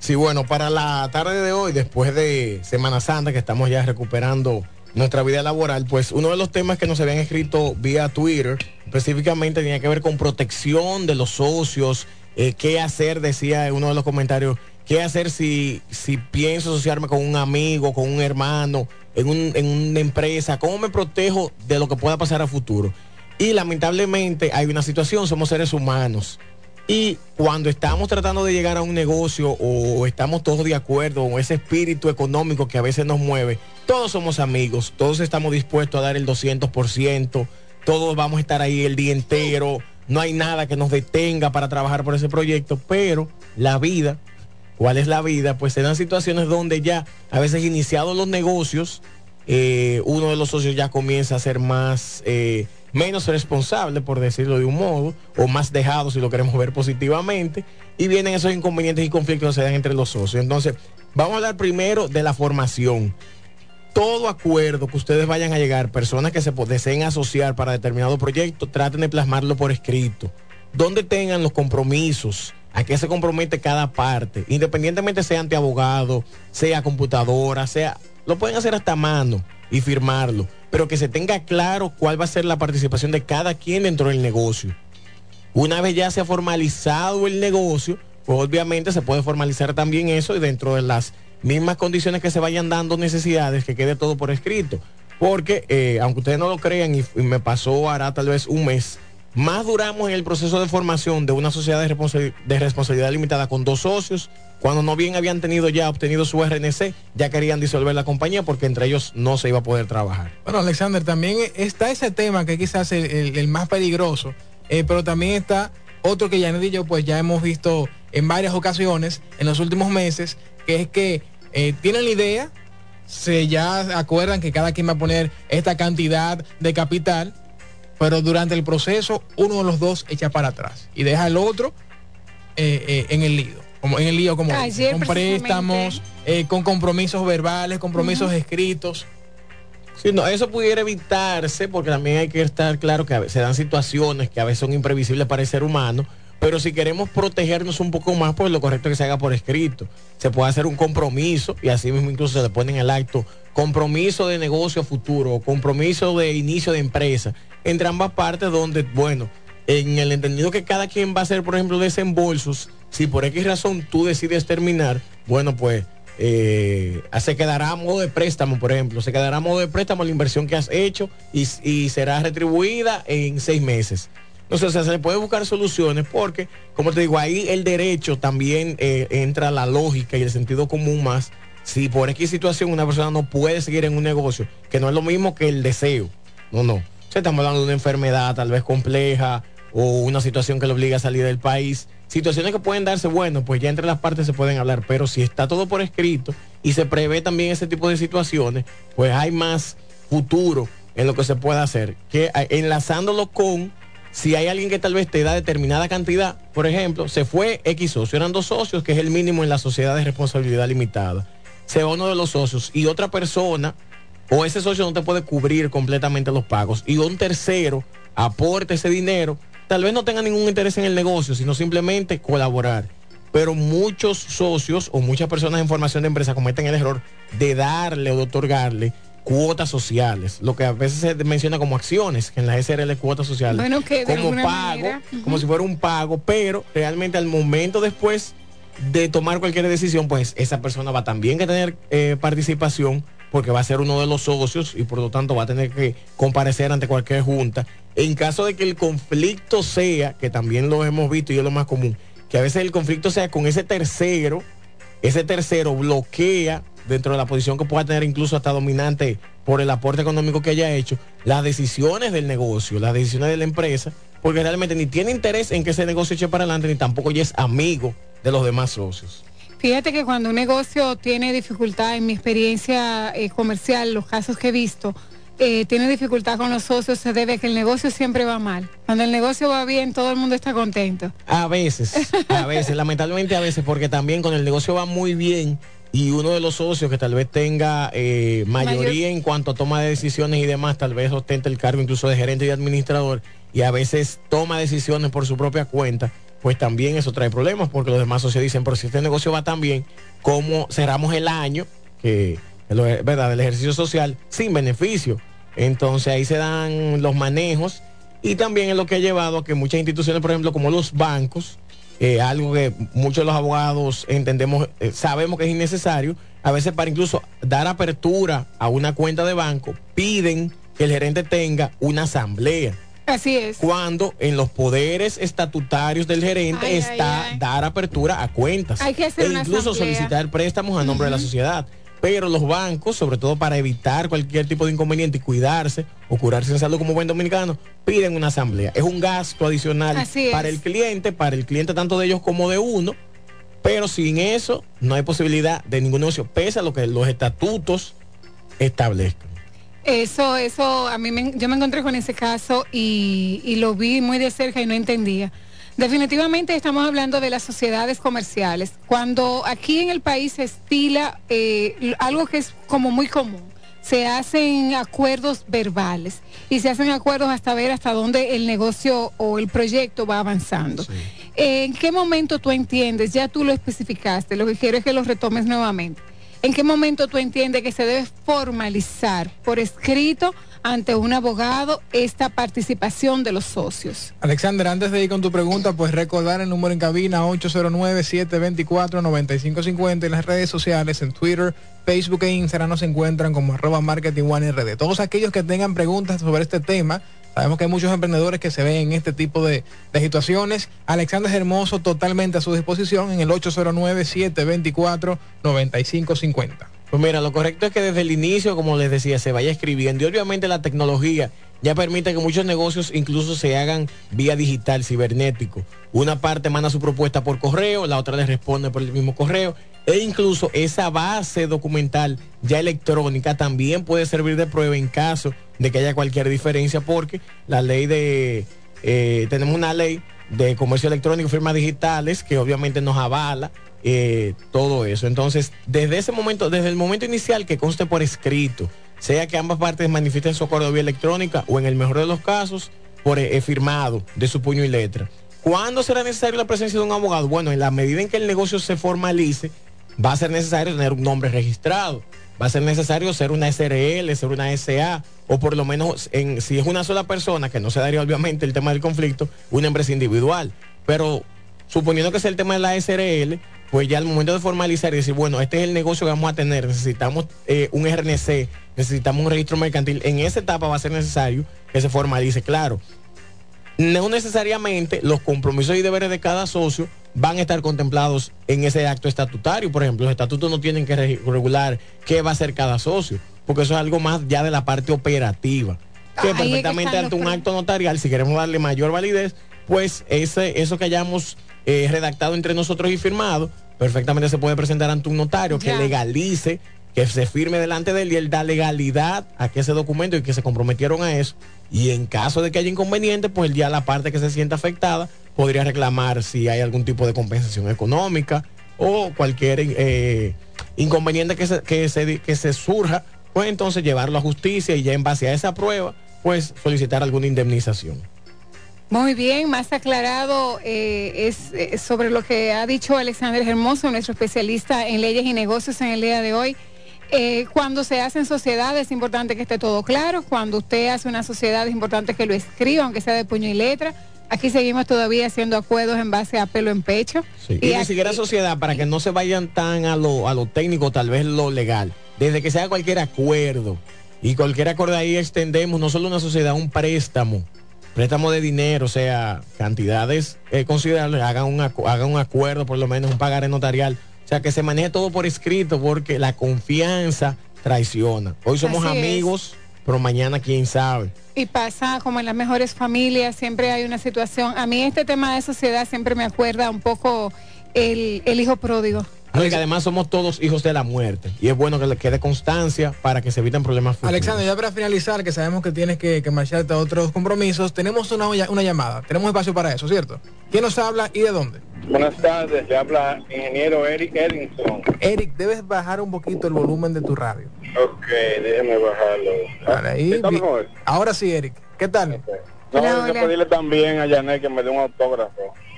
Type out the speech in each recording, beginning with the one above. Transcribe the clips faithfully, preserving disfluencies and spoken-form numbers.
Sí, bueno, para la tarde de hoy, después de Semana Santa, que estamos ya recuperando nuestra vida laboral, pues uno de los temas que nos habían escrito vía Twitter, específicamente tenía que ver con protección de los socios, eh, qué hacer, decía uno de los comentarios, qué hacer si, si pienso asociarme con un amigo, con un hermano, en, un, en una empresa, cómo me protejo de lo que pueda pasar a futuro. Y lamentablemente hay una situación, somos seres humanos. Y cuando estamos tratando de llegar a un negocio o estamos todos de acuerdo con ese espíritu económico que a veces nos mueve, todos somos amigos, todos estamos dispuestos a dar el doscientos por ciento, todos vamos a estar ahí el día entero, no hay nada que nos detenga para trabajar por ese proyecto, pero la vida, ¿cuál es la vida? Pues se dan situaciones donde ya a veces iniciados los negocios, eh, uno de los socios ya comienza a ser más... Eh, menos responsable, por decirlo de un modo, o más dejado si lo queremos ver positivamente, y vienen esos inconvenientes y conflictos que se dan entre los socios. Entonces, vamos a hablar primero de la formación. Todo acuerdo que ustedes vayan a llegar, personas que se deseen asociar para determinado proyecto, traten de plasmarlo por escrito, donde tengan los compromisos, a qué se compromete cada parte, independientemente sea ante abogado, sea computadora, sea, lo pueden hacer hasta a mano y firmarlo, pero que se tenga claro cuál va a ser la participación de cada quien dentro del negocio. Una vez ya se ha formalizado el negocio, pues obviamente se puede formalizar también eso y dentro de las mismas condiciones que se vayan dando necesidades, que quede todo por escrito. Porque, eh, aunque ustedes no lo crean, y, y me pasó hará tal vez un mes, más duramos en el proceso de formación de una sociedad de, responsa- de responsabilidad limitada con dos socios, cuando no bien habían tenido ya obtenido su R N C, ya querían disolver la compañía porque entre ellos no se iba a poder trabajar. Bueno, Alexander, también está ese tema que quizás es el, el, el más peligroso, eh, pero también está otro que Janet y yo pues ya hemos visto en varias ocasiones en los últimos meses, que es que eh, tienen la idea, se ya acuerdan que cada quien va a poner esta cantidad de capital, pero durante el proceso uno de los dos echa para atrás y deja al otro eh, eh, en el lío. Como en el lío, como Ayer, con préstamos, eh, con compromisos verbales, compromisos uh-huh. escritos. Sí, no, eso pudiera evitarse porque también hay que estar claro que a veces se dan situaciones que a veces son imprevisibles para el ser humano, pero si queremos protegernos un poco más, pues lo correcto es que se haga por escrito. Se puede hacer un compromiso y así mismo incluso se le pone en el acto compromiso de negocio futuro o compromiso de inicio de empresa entre ambas partes donde, bueno, en el entendido que cada quien va a hacer, por ejemplo, desembolsos, si por X razón tú decides terminar, bueno, pues eh, se quedará a modo de préstamo, por ejemplo, se quedará a modo de préstamo la inversión que has hecho y, y será retribuida en seis meses. Entonces, o sea, se le puede buscar soluciones porque, como te digo, ahí el derecho también eh, entra la lógica y el sentido común más. Si por X situación una persona no puede seguir en un negocio, que no es lo mismo que el deseo, no, no. O sea, estamos hablando de una enfermedad tal vez compleja, o una situación que le obliga a salir del país, situaciones que pueden darse, bueno, pues ya entre las partes se pueden hablar, pero si está todo por escrito y se prevé también ese tipo de situaciones, pues hay más futuro en lo que se pueda hacer, que enlazándolo con, si hay alguien que tal vez te da determinada cantidad, por ejemplo, se fue X socio, eran dos socios, que es el mínimo en la sociedad de responsabilidad limitada, se va uno de los socios y otra persona, o ese socio no te puede cubrir completamente los pagos, y un tercero aporte ese dinero, tal vez no tenga ningún interés en el negocio, sino simplemente colaborar. Pero muchos socios o muchas personas en formación de empresa cometen el error de darle o de otorgarle cuotas sociales, lo que a veces se menciona como acciones, que en la S R L cuotas sociales, bueno, que como pago, manera, uh-huh. como si fuera un pago, pero realmente al momento después de tomar cualquier decisión, pues esa persona va también a tener eh, participación, porque va a ser uno de los socios y por lo tanto va a tener que comparecer ante cualquier junta. En caso de que el conflicto sea, que también lo hemos visto y es lo más común, que a veces el conflicto sea con ese tercero, ese tercero bloquea dentro de la posición que pueda tener incluso hasta dominante por el aporte económico que haya hecho, las decisiones del negocio, las decisiones de la empresa, porque realmente ni tiene interés en que ese negocio eche para adelante, ni tampoco ya es amigo de los demás socios. Fíjate que cuando un negocio tiene dificultad, en mi experiencia eh, comercial, los casos que he visto, eh, tiene dificultad con los socios, se debe a que el negocio siempre va mal. Cuando el negocio va bien, todo el mundo está contento. A veces, a veces, lamentablemente a veces, porque también cuando el negocio va muy bien y uno de los socios que tal vez tenga eh, mayoría Mayor. en cuanto a toma de decisiones y demás, tal vez ostente el cargo incluso de gerente y administrador, y a veces toma decisiones por su propia cuenta, pues también eso trae problemas, porque los demás socios dicen, pero si este negocio va tan bien, ¿cómo cerramos el año, que es verdad, del ejercicio social, sin beneficio? Entonces ahí se dan los manejos, y también es lo que ha llevado a que muchas instituciones, por ejemplo, como los bancos, eh, algo que muchos de los abogados entendemos, eh, sabemos que es innecesario, a veces para incluso dar apertura a una cuenta de banco, piden que el gerente tenga una asamblea. Así es. Cuando en los poderes estatutarios del gerente ay, está ay, ay. dar apertura a cuentas. Hay que hacer e una incluso asamblea. solicitar préstamos a nombre uh-huh. de la sociedad. Pero los bancos, sobre todo para evitar cualquier tipo de inconveniente y cuidarse o curarse en salud como buen dominicano, piden una asamblea. Es un gasto adicional Así para es. el cliente, para el cliente tanto de ellos como de uno, pero sin eso no hay posibilidad de ningún negocio, pese a lo que los estatutos establezcan. Eso, eso, a mí me, yo me encontré con ese caso y, y lo vi muy de cerca y no entendía. Definitivamente estamos hablando de las sociedades comerciales. Cuando aquí en el país se estila eh, algo que es como muy común, se hacen acuerdos verbales y se hacen acuerdos hasta ver hasta dónde el negocio o el proyecto va avanzando. Sí. ¿En qué momento tú entiendes? Ya tú lo especificaste, lo que quiero es que lo retomes nuevamente. ¿En qué momento tú entiendes que se debe formalizar por escrito ante un abogado esta participación de los socios? Alexander, antes de ir con tu pregunta, pues recordar el número en cabina ocho cero nueve, siete dos cuatro, nueve cinco cinco cero, en las redes sociales, en Twitter, Facebook e Instagram nos encuentran como arroba marketing one R D. Todos aquellos que tengan preguntas sobre este tema, sabemos que hay muchos emprendedores que se ven en este tipo de, de situaciones. Alexander Hermoso totalmente a su disposición en el ocho cero nueve, siete dos cuatro, nueve cinco cinco cero. Pues mira, lo correcto es que desde el inicio, como les decía, se vaya escribiendo. Y obviamente la tecnología ya permite que muchos negocios incluso se hagan vía digital, cibernético. Una parte manda su propuesta por correo, la otra le responde por el mismo correo. E incluso esa base documental ya electrónica también puede servir de prueba en caso de que haya cualquier diferencia, porque la ley de... Eh, tenemos una ley de comercio electrónico y firmas digitales que obviamente nos avala eh, todo eso. Entonces, desde ese momento, desde el momento inicial, que conste por escrito, sea que ambas partes manifiesten su acuerdo vía electrónica o en el mejor de los casos, por eh, firmado de su puño y letra. ¿Cuándo será necesaria la presencia de un abogado? Bueno, en la medida en que el negocio se formalice, va a ser necesario tener un nombre registrado, va a ser necesario ser una S R L, ser una S A, o por lo menos, en, si es una sola persona, que no se daría obviamente el tema del conflicto, una empresa individual. Pero suponiendo que sea el tema de la S R L, pues ya al momento de formalizar y decir, bueno, este es el negocio que vamos a tener, necesitamos eh, un R N C, necesitamos un registro mercantil, en esa etapa va a ser necesario que se formalice, claro. No necesariamente los compromisos y deberes de cada socio van a estar contemplados en ese acto estatutario. Por ejemplo, los estatutos no tienen que regular qué va a hacer cada socio, porque eso es algo más ya de la parte operativa, que Ahí perfectamente es que ante un los... acto notarial, si queremos darle mayor validez, pues ese, eso que hayamos eh, redactado entre nosotros y firmado, perfectamente se puede presentar ante un notario ya. Que legalice, que se firme delante de él y él da legalidad a que ese documento y que se comprometieron a eso. Y en caso de que haya inconveniente, pues ya la parte que se sienta afectada podría reclamar si hay algún tipo de compensación económica o cualquier eh, inconveniente que se, que, se, que se surja, pues entonces llevarlo a justicia y ya en base a esa prueba, pues solicitar alguna indemnización. Muy bien, más aclarado eh, es eh, sobre lo que ha dicho Alexander Hermoso, nuestro especialista en leyes y negocios en el día de hoy. Eh, cuando se hacen sociedades es importante que esté todo claro. Cuando usted hace una sociedad es importante que lo escriba, aunque sea de puño y letra. Aquí seguimos todavía haciendo acuerdos en base a pelo en pecho. Sí. Y, y ni siquiera sociedad, para que no se vayan tan a lo, a lo técnico, tal vez lo legal. Desde que se haga cualquier acuerdo, y cualquier acuerdo ahí extendemos no solo una sociedad, un préstamo. Préstamo de dinero, o sea, cantidades eh, considerables, hagan un, hagan un acuerdo, por lo menos un pagaré notarial. O sea, que se maneje todo por escrito, porque la confianza traiciona. Hoy somos Así amigos, es. Pero mañana quién sabe. Y pasa como en las mejores familias, siempre hay una situación. A mí este tema de sociedad siempre me acuerda un poco el, el hijo pródigo. No, y que además somos todos hijos de la muerte. Y es bueno que le quede constancia para que se eviten problemas futuros. Alexander, ya para finalizar, que sabemos que tienes que, que marcharte a otros compromisos, tenemos una, una llamada. Tenemos espacio para eso, ¿cierto? ¿Quién nos habla y de dónde? Buenas tardes, le habla ingeniero Eric Edinson. Eric, debes bajar un poquito el volumen de tu radio. Ok, déjeme bajarlo. Vale, ahí, ¿Está mejor? Ahora sí, Eric. ¿Qué tal? Okay. No, hola, hola. Pedirle también a Janet que me dé un autógrafo.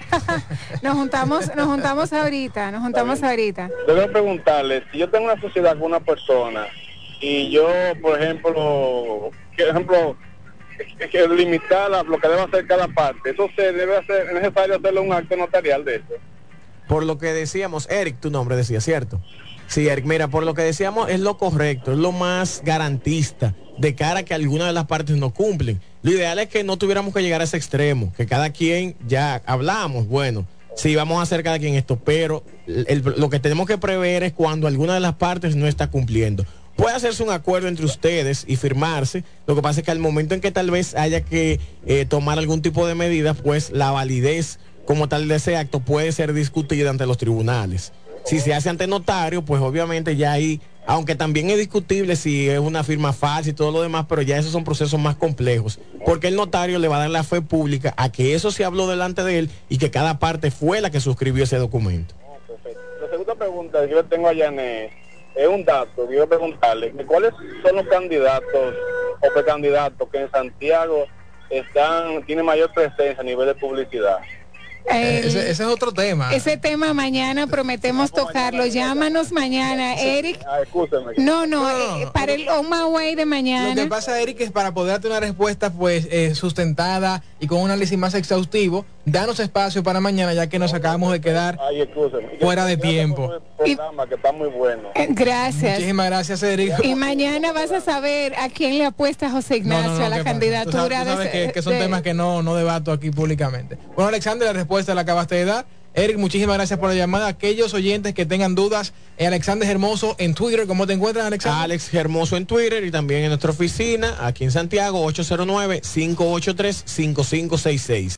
Nos juntamos, nos juntamos ahorita, nos juntamos ahorita. Debo preguntarle, si yo tengo una sociedad con una persona y yo, por ejemplo, por ejemplo, que, que limitar la- lo que debe hacer cada parte, eso se debe hacer, es necesario hacerle un acto notarial de eso. Por lo que decíamos, Eric, tu nombre decía, ¿cierto? Sí, Eric, mira, por lo que decíamos es lo correcto, es lo más garantista de cara a que alguna de las partes no cumplen. Lo ideal es que no tuviéramos que llegar a ese extremo, que cada quien, ya hablamos, bueno, sí, vamos a hacer cada quien esto, pero el- el- lo que tenemos que prever es cuando alguna de las partes no está cumpliendo. Puede hacerse un acuerdo entre ustedes y firmarse, lo que pasa es que al momento en que tal vez haya que eh, tomar algún tipo de medida, pues la validez como tal de ese acto puede ser discutida ante los tribunales. Si se hace ante notario, pues obviamente ya ahí, aunque también es discutible si es una firma falsa y todo lo demás, pero ya esos son procesos más complejos, porque el notario le va a dar la fe pública a que eso se habló delante de él y que cada parte fue la que suscribió ese documento. Ah, perfecto. La segunda pregunta que yo le tengo a Janet es un dato, quiero preguntarle, que ¿cuáles son los candidatos o precandidatos que en Santiago están, tienen mayor presencia a nivel de publicidad? El- Ese, ese es otro tema. ese tema mañana prometemos tocarlo. Llámanos mañana, Eric. Ah, escúcheme. No, no, No, eh, no, para no. el On My Way de Lo que mañana. pasa, Eric, es para poder darte una respuesta pues eh, sustentada y con un análisis más exhaustivo, danos espacio para mañana, ya que nos acabamos de quedar. Ay, escúcheme. Fuera de Gracias tiempo. por el programa, que está muy bueno. Eh, Gracias. Muchísimas gracias, Eric. Y mañana vas a saber a quién le apuesta José No, no, Ignacio no, a la ¿qué pasa? candidatura Tú sabes, tú sabes de, que, que son de- temas que no, no debato aquí públicamente. Bueno, Alexander, la respuesta la acabaste de dar. Eric, muchísimas gracias por la llamada. Aquellos oyentes que tengan dudas, eh, Alexander Hermoso en Twitter, ¿cómo te encuentras, Alexander? Alex Hermoso en Twitter y también en nuestra oficina aquí en Santiago, ocho cero nueve, cinco ocho tres, cinco cinco seis seis.